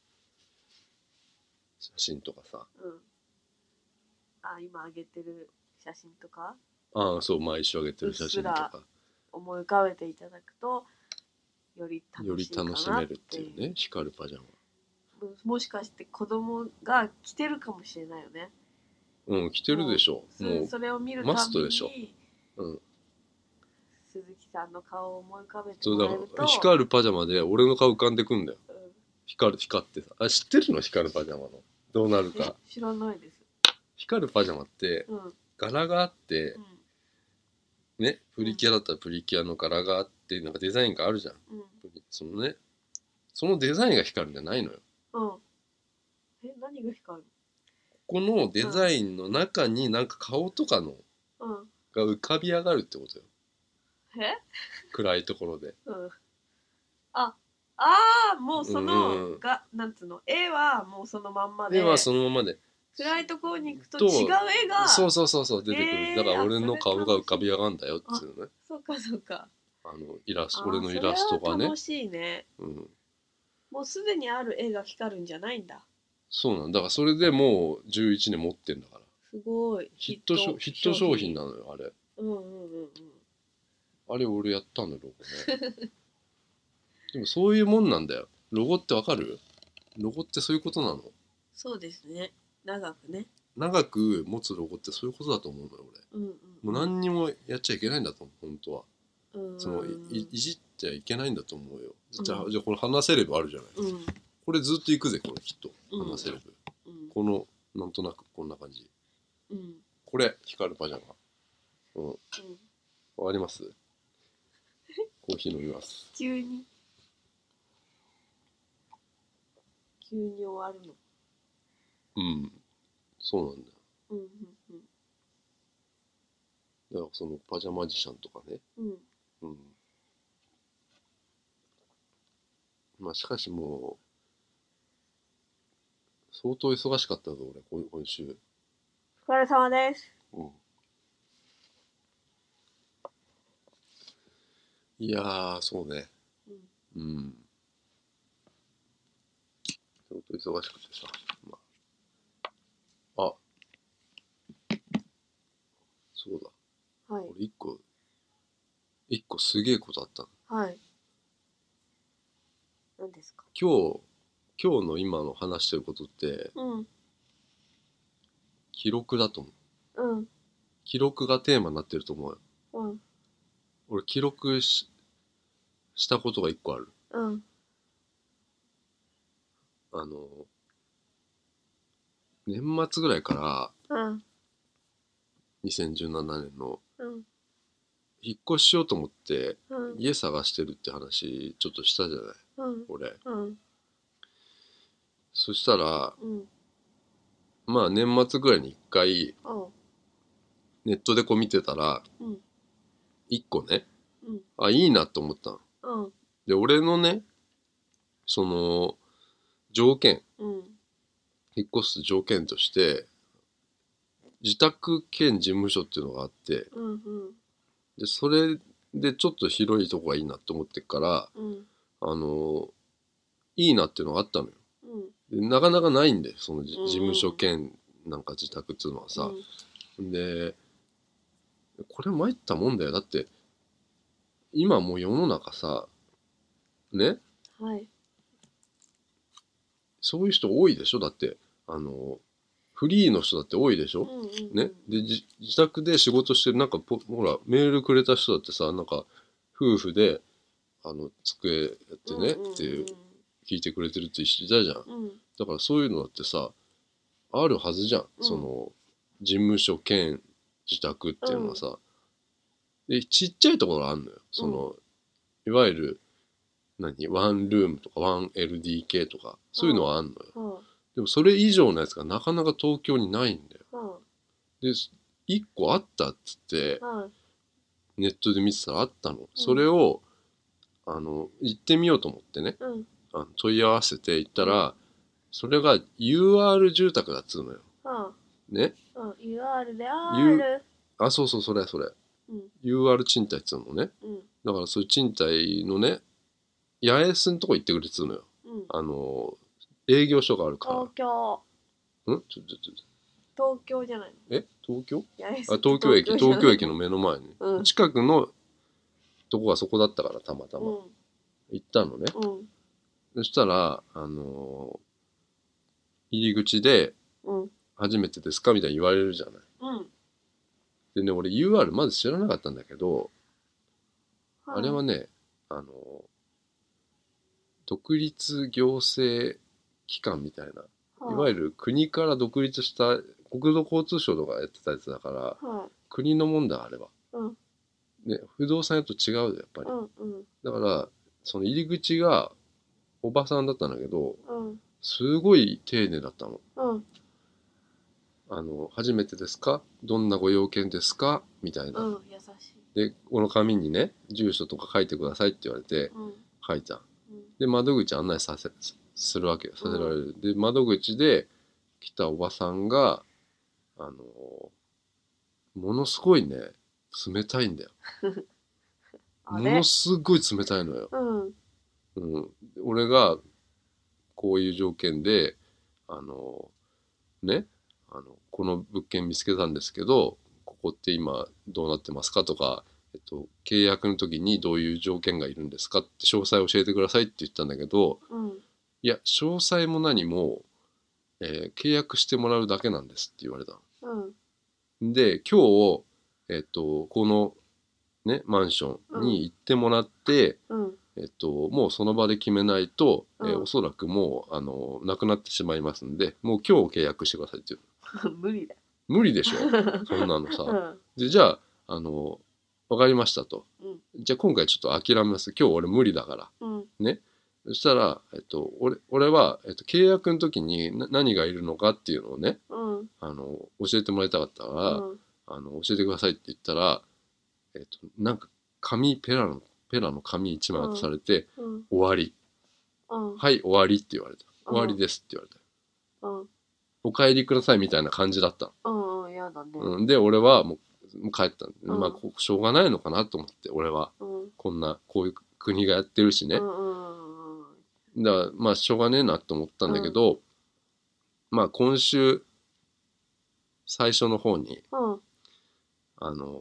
写真とかさ、うん、 あ今上げてる写真とかああそう毎週上げてる写真とか思い浮かべていただくとより楽しいかなより楽しめるっていうね光るパジャマも, もしかして子供が着てるかもしれないよねうん着てるでしょもう そ, それを見るたびにマストでしょ、うん、鈴木さんの顔を思い浮かべてもらえるとそうだ光るパジャマで俺の顔浮かんでくんだよ、うん、光る光ってさあ知ってるの光るパジャマのどうなるか知らないです光るパジャマって、うん、柄があって、うん、ねプリキュアだったらプリキュアの柄があってなんかデザインがあるじゃん、うん、そのねそのデザインが光るんじゃないのよ、 うん、え何が光るこのデザインの中になんか顔とかのが浮かび上がるってことよ。 え暗いところで。 うん。あ、ああ、もうその、 うんうんが、なんつうの、絵はもうそのまんまで、 絵はそのままで。 暗いところに行くとと違う絵が、 そうそうそうそう出てくる、 えーだから俺のあそれ顔が浮かび上がんだよっていうね。 そうかそうか。 あのイラストあ俺のイラストがね。 それは楽しいね。 うん、 もうすでにある絵が光るんじゃないんだ。 そうなんだからそれでもうじゅういちねん持ってんだから。 すごい。 ヒットショヒット商品なのよあれ。 うんうんうんうん。 あれ俺やったのロゴね。でもそういうもんなんだよ。ロゴってわかる？ロゴってそういうことなの？ そうですね。長くね。 長く持つロゴってそういうことだと思うのよ俺。 うんうん。 もう何にもやっちゃいけないんだと思う本当は。 うんその い, いじっちゃいけないんだと思うよ。じゃあ、 うんじゃあこれ話せればあるじゃない。 うんこれずっといくぜこれきっとうん話せれば。 うんこのなんとなくこんな感じ。 うんこれ光るパジャマ。うん。 うん。 わかります？コーヒー飲みます。 急に急に終わるの。 うん。そうなんだよ。 うんうんだからそのパジャマジシャンとかね。 うんうん。 うん。まあしかしもう相当忙しかったぞ俺今週。 お疲れ様です。 うん。いやーそうね。 うん。 うん。相当忙しくてさ。まあ。あ。そうだ。 はい。 俺一個一個すげえことあったの。 はい。何ですか？ 今日今日の今の話してることってうん記録だと思う。 うん記録がテーマになってると思うよ。 うん俺記録ししたことが一個ある。 うんあの年末ぐらいからうんにせんじゅうななねんのうん引っ越ししようと思ってうん家探してるって話ちょっとしたじゃないうん俺。 うんそしたらうんまあ年末ぐらいに一回うんネットでこう見てたらうん一個ねうんあいいなと思ったの。 うんで俺のねその条件うん引っ越す条件として自宅兼事務所っていうのがあってうんうんでそれでちょっと広いとこがいいなと思ってからうんあのいいなっていうのがあったのよ。 うんでなかなかないんでそのじうん事務所兼なんか自宅っていうのはさ、でこれ参ったもんだよ。だって今もう世の中さねはいそういう人多いでしょ。だってあのフリーの人だって多いでしょ、 うんうんね、でじ自宅で仕事してるなんかポほらメールくれた人だってさなんか夫婦であの机やってね、 うんうんうんっていう聞いてくれてるって人いたじゃん。 うんだからそういうのだってさあるはずじゃん、 うんその事務所兼自宅っていうのはさ、でちっちゃいところあんのよその、いわゆる何ワンルームとか ワンエルディーケー とかそういうのはあんのよ、 うんでもそれ以上のやつがなかなか東京にないんだよ。 うんでいっこあったっつってうんネットで見てたらあったの、それをあの行ってみようと思ってねうんあの問い合わせて行ったらそれが ユーアール 住宅だっつうのようんね。 うん ユーアール であ U- るあそうそうそれそれ、 うんユーアール 賃貸っつうのね。 うんだからそういう賃貸のね八重洲のとこ行ってくれっつうのよ。 うんあの営業所があるから東京んちょちょちょ東京じゃないの？ え東京八重洲あ東京駅じゃない東京駅の目の前に、 うん近くのとこがそこだったからたまたま、 うん行ったのね。 うんそしたらあのー入り口でうん 「初めてですか?」みたいに言われるじゃない。 うんでね俺 ユーアール まず知らなかったんだけど、あれはねねあのー独立行政機関みたいないわゆる国から独立した国土交通省とかやってたやつだからは国のもんだあれは、 うんね、不動産屋と違うよやっぱり、 うんうんだからその入り口がおばさんだったんだけどうんすごい丁寧だったの。 うんあの初めてですかどんなご用件ですかみたいな、 うん優しいでこの紙にね住所とか書いてくださいって言われてうん書いた。 うんで窓口案内させするわけよ、させられる。で窓口で来たおばさんがあのものすごいね冷たいんだよ。 あれものすごい冷たいのよ。 うんうん、俺がこういう条件であのねあのこの物件見つけたんですけどここって今どうなってますかとか、えっと、契約の時にどういう条件がいるんですかって詳細を教えてくださいって言ったんだけど、 うんいや詳細も何も、えー契約してもらうだけなんですって言われたうんで今日、えっと、このねマンションに行ってもらって、 うんえっと、もうその場で決めないと、 うんえーおそらくもうあのなくなってしまいますんでもう今日契約してくださいっていう無理だよ。 無理でしょそんなのさ、 うんでじゃああの分かりましたと、 うんじゃあ今回ちょっと諦めます今日俺無理だからうんそしたら、えっと、俺俺は、えっと、契約の時にな何がいるのかっていうのをねうんあの教えてもらいたかったから、 うんあの教えてくださいって言ったら、えっと、なんか紙ペラのペラの紙一枚渡されて、 うん終わりうんはい終わりって言われたうん終わりですって言われたうんお帰りくださいみたいな感じだったうんうんやだね。 の、うん、で俺はもうもう帰ったの、 うんまあこしょうがないのかなと思って俺はうんこんなこういう国がやってるしね、 うんうんだからまあしょうがねえなと思ったんだけど、まあ今週最初の方にうんあの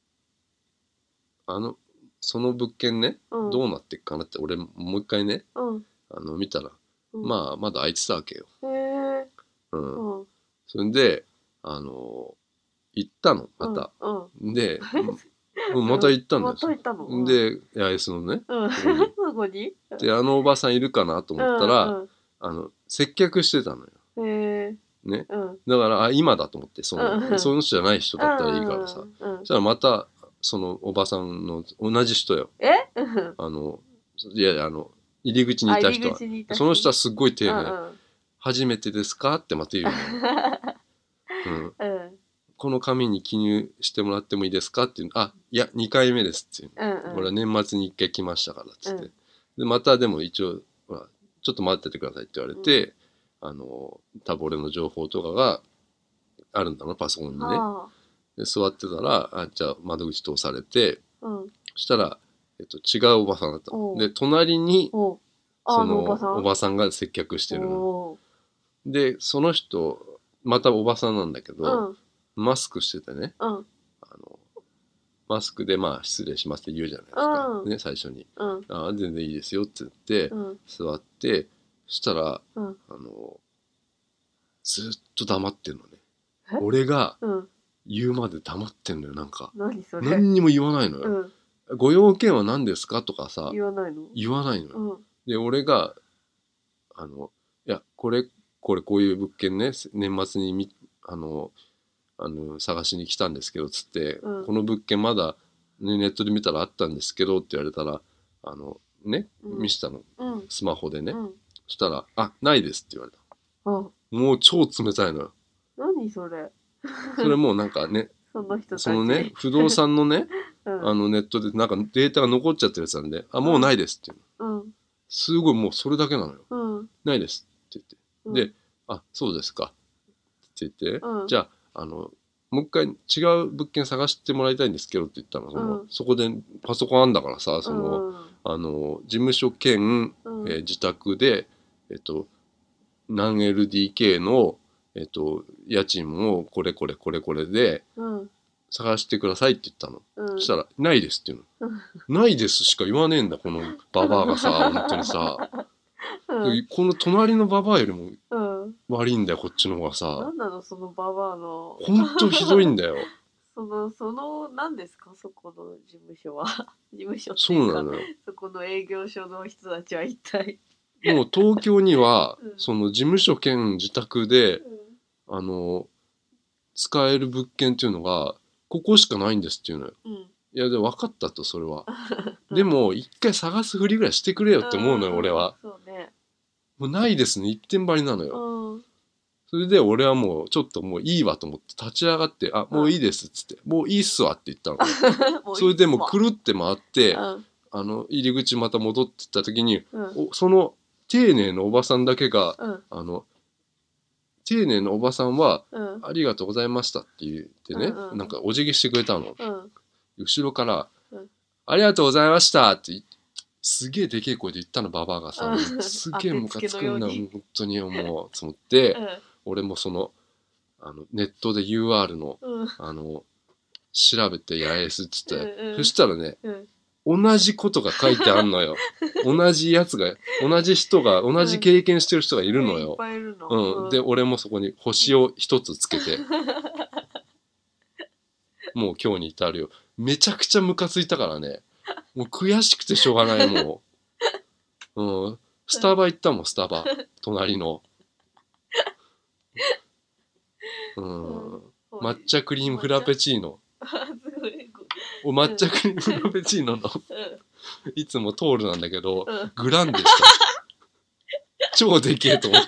あのその物件ね、 うんどうなってっかなって俺もう一回ねうんあの見たら、 うんまあまだ空いてたわけよ、 へえうんうんそれであの行ったのまた、 うんでうんまた行ったんだよ、 また行ったので八重洲のねうんそこにそこにであのおばさんいるかなと思ったら、 うんあの接客してたのようんへえねうんだからあ今だと思ってその、 うんその人じゃない人だったらいいからさ、 うんうんそしたらまたそのおばさんの同じ人よえうんあのいやいやあの入り口にいた人はあ入り口にいた人その人はすっごい丁寧、 うんうん初めてですかってまた言うの、うん、 うんこの紙に記入してもらってもいいですかっていうあいやにかいめですっていう、 うんうんこれは年末にいっかい来ましたからっつって、 うんでまたでも一応ほらちょっと待っててくださいって言われて、あの多分俺の情報とかがあるんだなパソコンにねあで座ってたらあじゃあ窓口通されてあうんそしたら、えっと、違うおばさんだったのおうで隣におあそのあのおばさんおばさんが接客してるのおでその人またおばさんなんだけうど、 んマスクしててねうんあのマスクでまあ失礼しますって言うじゃないですか、 うんね、最初にうん 「ああ全然いいですよ」って言って、 うん座ってそしたらうんあのずっと黙ってんのねえ俺がうん言うまで黙ってんのよなんか何それ何にも言わないのよ、 うんご用件は何ですかとかさ言わないの言わないのよ、 うんで俺があのいやこれこれこういう物件ね年末にみあのあの探しに来たんですけどつって、 うんこの物件まだ、ね、ネットで見たらあったんですけどって言われたらあのね、 うん見せたのうんスマホでね、 うんそしたら「あないです」って言われたあもう超冷たいのよ何それそれもうなんかねその人たちそのね不動産のねうんあのネットでなんかデータが残っちゃってるやつなんで「あもうないです」っていうのうんすごいもうそれだけなのようん 「ないです」ってうん言って「であそうですか」って言って、 うんじゃああのもう一回違う物件探してもらいたいんですけどって言ったのその、 うんそこでパソコンあんだからさその、 うんあの事務所兼、 うんえー自宅でえっと何 エルディーケー のえっと家賃もこれこれこれこれでうん探してくださいって言ったの、 うんそしたら「ないです」っていうのうん 「ないです」しか言わねえんだこのババアがさ本当にさ、 うんこの隣のババアよりもうん悪いんだよこっちの方がさ何なのそのババアのほんとひどいんだよそのその何ですかそこの事務所は事務所ってそいううかなのよそこの営業所の人たちは一体もう東京にはうんその事務所兼自宅であの使える物件っていうのがここしかないんですっていうのようんいやで分かったとそれはうんでも一回探すふりぐらいしてくれよって思うのよん俺はそうねもうないですね一点張りなのようんそれで俺はもうちょっともういいわと思って立ち上がって「あもういいです」っつって「もういいっすわ」って言ったのそれでもうくるって回って、うん、あの入り口また戻ってった時に、うん、おその丁寧なおばさんだけが、うん、あの丁寧なおばさんは、うん、ありがとうございましたって言ってね、うんうん、なんかお辞儀してくれたの、うん、後ろから、うん、ありがとうございましたって言ってすげえでけえ声で言ったのババアがさ、うん、すげえムカつくんだ本当に思うと思って、うん、俺もそのあのネットで ユーアール の、うん、あの調べて八重洲っつって、うんうん、そしたらね、うん、同じことが書いてあんのよ同じやつが同じ人が同じ経験してる人がいるのよ、 うんいっぱいいるの、 うん、で俺もそこに星を一つつけてもう今日に至るよ。めちゃくちゃムカついたからねもう悔しくてしょうがないもう、うん、スタバ行ったもんスタバ隣の、うん、抹茶クリームフラペチーノお抹茶クリームフラペチーノのいつもトールなんだけど、うん、グランデした超でけえと思って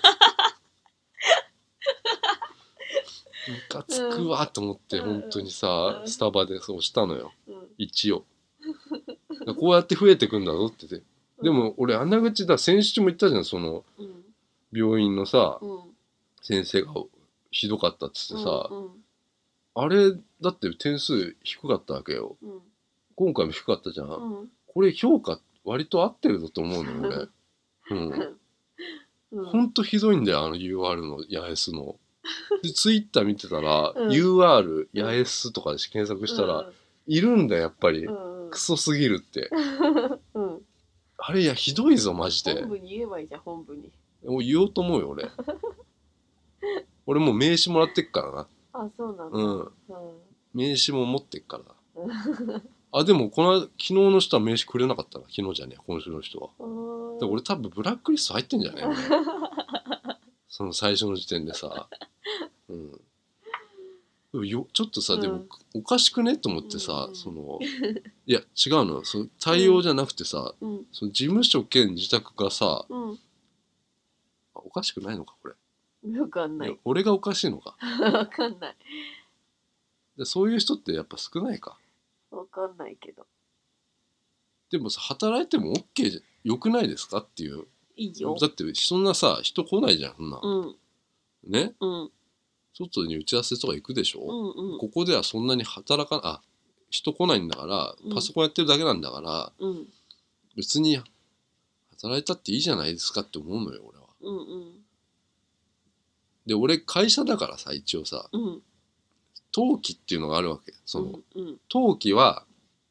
ムカつくわと思って、うん、本当にさ、うん、スタバでそうしたのよ、うん、一応こうやって増えてくんだぞってて、うん、でも俺穴口だ先週も言ったじゃんその、うん、病院のさ、うん、先生がひどかったっつってさ、うんうん、あれだって点数低かったわけよ、うん、今回も低かったじゃん、うん、これ評価割と合ってるぞと思うの俺うんうん、ほんとひどいんだよあの ユーアール の八重洲のでツイッター見てたら、うん、ユーアール 八重洲とかで検索したら、うん、いるんだよやっぱり、うん、クソすぎるって、うん、あれいやひどいぞマジで本部に言えばいいじゃん本部にもう言おうと思うよ俺俺もう名刺もらってっからなあそうなんだ、 うんうん、名刺も持ってっからあでもこの昨日の人は名刺くれなかったな昨日じゃね今週の人はで俺多分ブラックリスト入ってんじゃねえその最初の時点でさ、うん、でもよちょっとさ、うん、でもおかしくねと思ってさ、うん、そのいや違うのその対応じゃなくてさ、うん、その事務所兼自宅がさ、うん、おかしくないのかこれわかんない。い俺がおかしいのかわかんない。 でそういう人ってやっぱ少ないかわかんないけどでもさ働いても OK じゃよくないですかっていういいよだってそんなさ人来ないじゃんそんな、うん、ね、うん、外に打ち合わせとか行くでしょ、うんうん、ここではそんなに働かあ人来ないんだから、うん、パソコンやってるだけなんだから、うん、別に働いたっていいじゃないですかって思うのよ俺は、うんうん、で俺会社だからさ一応さ、うん、登記っていうのがあるわけその、うんうん、登記は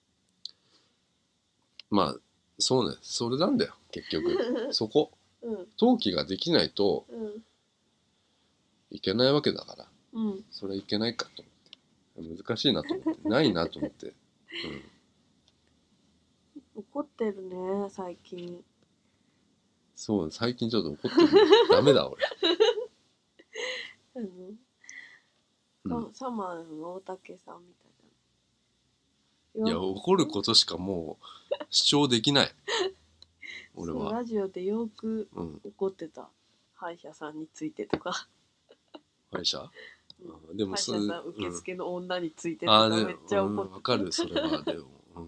まあそうねそれなんだよ結局そこ、うん、登記ができないと、うん、いけないわけだから、うん、それはいけないかと思って難しいなと思ってないなと思って、 うん、怒ってるね最近そう最近ちょっと怒ってるダメだ俺あの、うん、サマーの大竹さんみたいいや怒ることしかもう主張できない俺はラジオでよく怒ってた、うん、歯医者さんについてとか歯医者、 うん、でも歯医者さん受付の女についてとか、うん、めっちゃ怒ってた、うん、 わかるそれはでも、うん、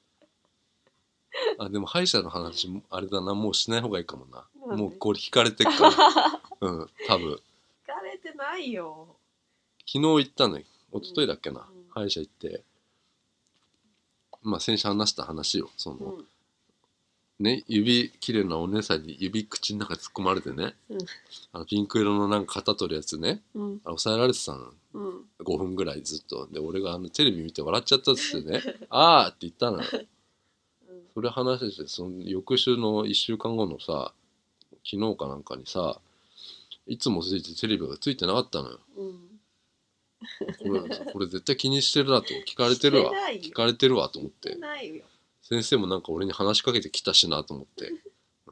あでも歯医者の話あれだなもうしない方がいいかもなもうこれ聞かれてっからうん多分聞かれてないよ昨日行ったのよ一昨日だっけな、うん、歯医者行ってまあ先週話した話よその、うん、ね指綺麗なお姉さんに指口の中に突っ込まれてね、うん、あのピンク色のなんか肩取るやつね、うん、あ抑えられてたの、うん、ごふんぐらいずっとで俺があのテレビ見て笑っちゃったっつってねあーって言ったのよ、うん、それ話してその翌週のいっしゅうかんごのさ昨日かなんかにさいつもついてテレビがついてなかったのよ、うんこれこれ絶対気にしてるなと聞かれてるわ聞かれてるわと思って先生もなんか俺に話しかけてきたしなと思って、うん、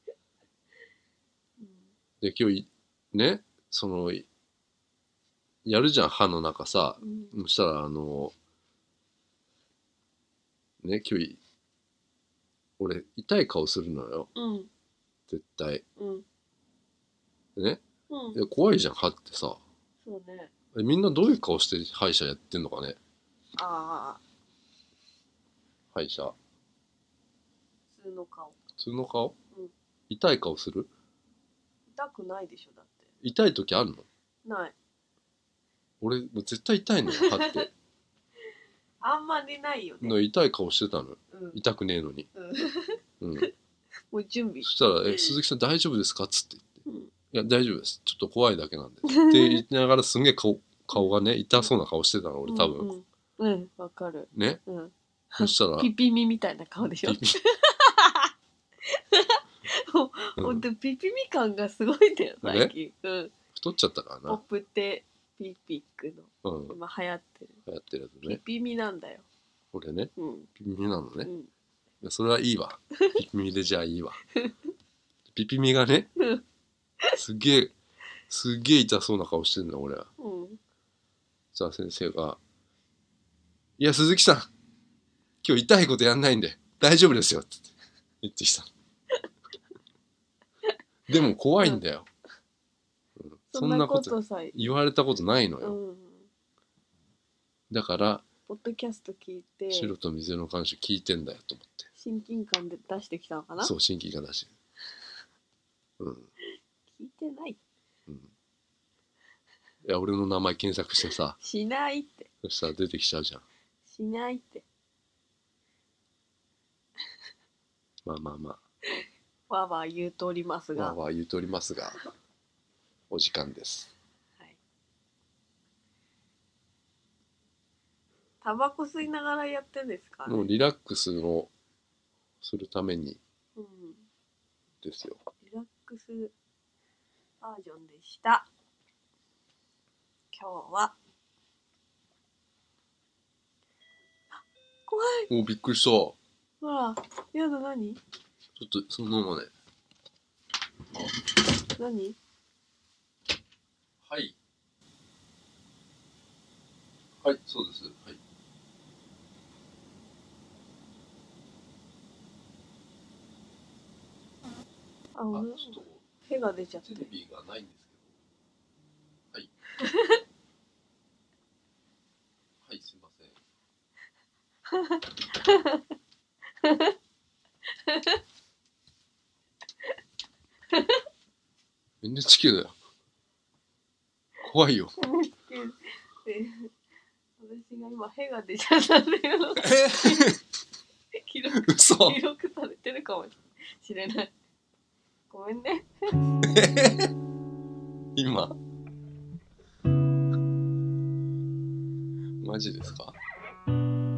で今日ねそのやるじゃん歯の中さ、うん、そしたらあのね今日俺痛い顔するのよ、うん、絶対、うん、ね、 うんいや怖いじゃん歯ってさ。 そうね。 えみんなどういう顔して歯医者やってんのかね。 ああ歯医者普通の顔。 普通の顔、 うん痛い顔する？ 痛くないでしょだって。 痛い時あるの？ ない。 俺もう絶対痛いのよ歯ってあんまりないよね。 の痛い顔してたの。 うん痛くねえのに、 うんうん、 もう準備。 そしたら「え鈴木さん大丈夫ですか?」っつって言ってうん 「いや大丈夫ですちょっと怖いだけなんで」って言いながらすんげえ顔顔がね痛そうな顔してたの俺多分、 うんうんうんわかる。 ねうんそしたらピピミみたいな顔でしょ。 ピピうんほんとピピミ感がすごいんだよ最近。うん太っちゃったからポッな。 プテピピックのうん今流行ってる。 流行ってるやつピね。 ピミなんだよ。 俺ねうんピピミなのね、 うんいやそれはいいわピピミでじゃあいいわピピミがねうんすげえすげえ痛そうな顔してんの俺は。 うんじゃあ先生が「いや鈴木さん今日痛いことやんないんで大丈夫ですよ」って言ってきたでも怖いんだよ、うん、そんなことさ言われたことないのよ、 うんだからポッドキャスト聞いて白と水の監視聞いてんだよと思って親近感で出してきたのかな。 そう新規がだしうん聞いてないうんいや俺の名前検索してさしないってそしたら出てきちゃうじゃん。 しないってまあまあまわーわー言うとおりますあが、 わーわー言うとおりますがお時間です。 はい、タバコ吸いながらやってんですかね。 もうリラックスをするためにうん、 ですよ。 リラックスバージョンでした。今日はあ怖い。 もうびっくりした。ちょほらやだ何っとそのままね。 何はいはいそうです。はいあ、俺あちょっと手が出ちゃってテレビがないんですけどはいはいすいません。エヌエイチケー だよ。怖いよ。 私が今ヘが出ちゃったんだよ。記録嘘記録されてるかもしれない。ごめんね。 今マジですか？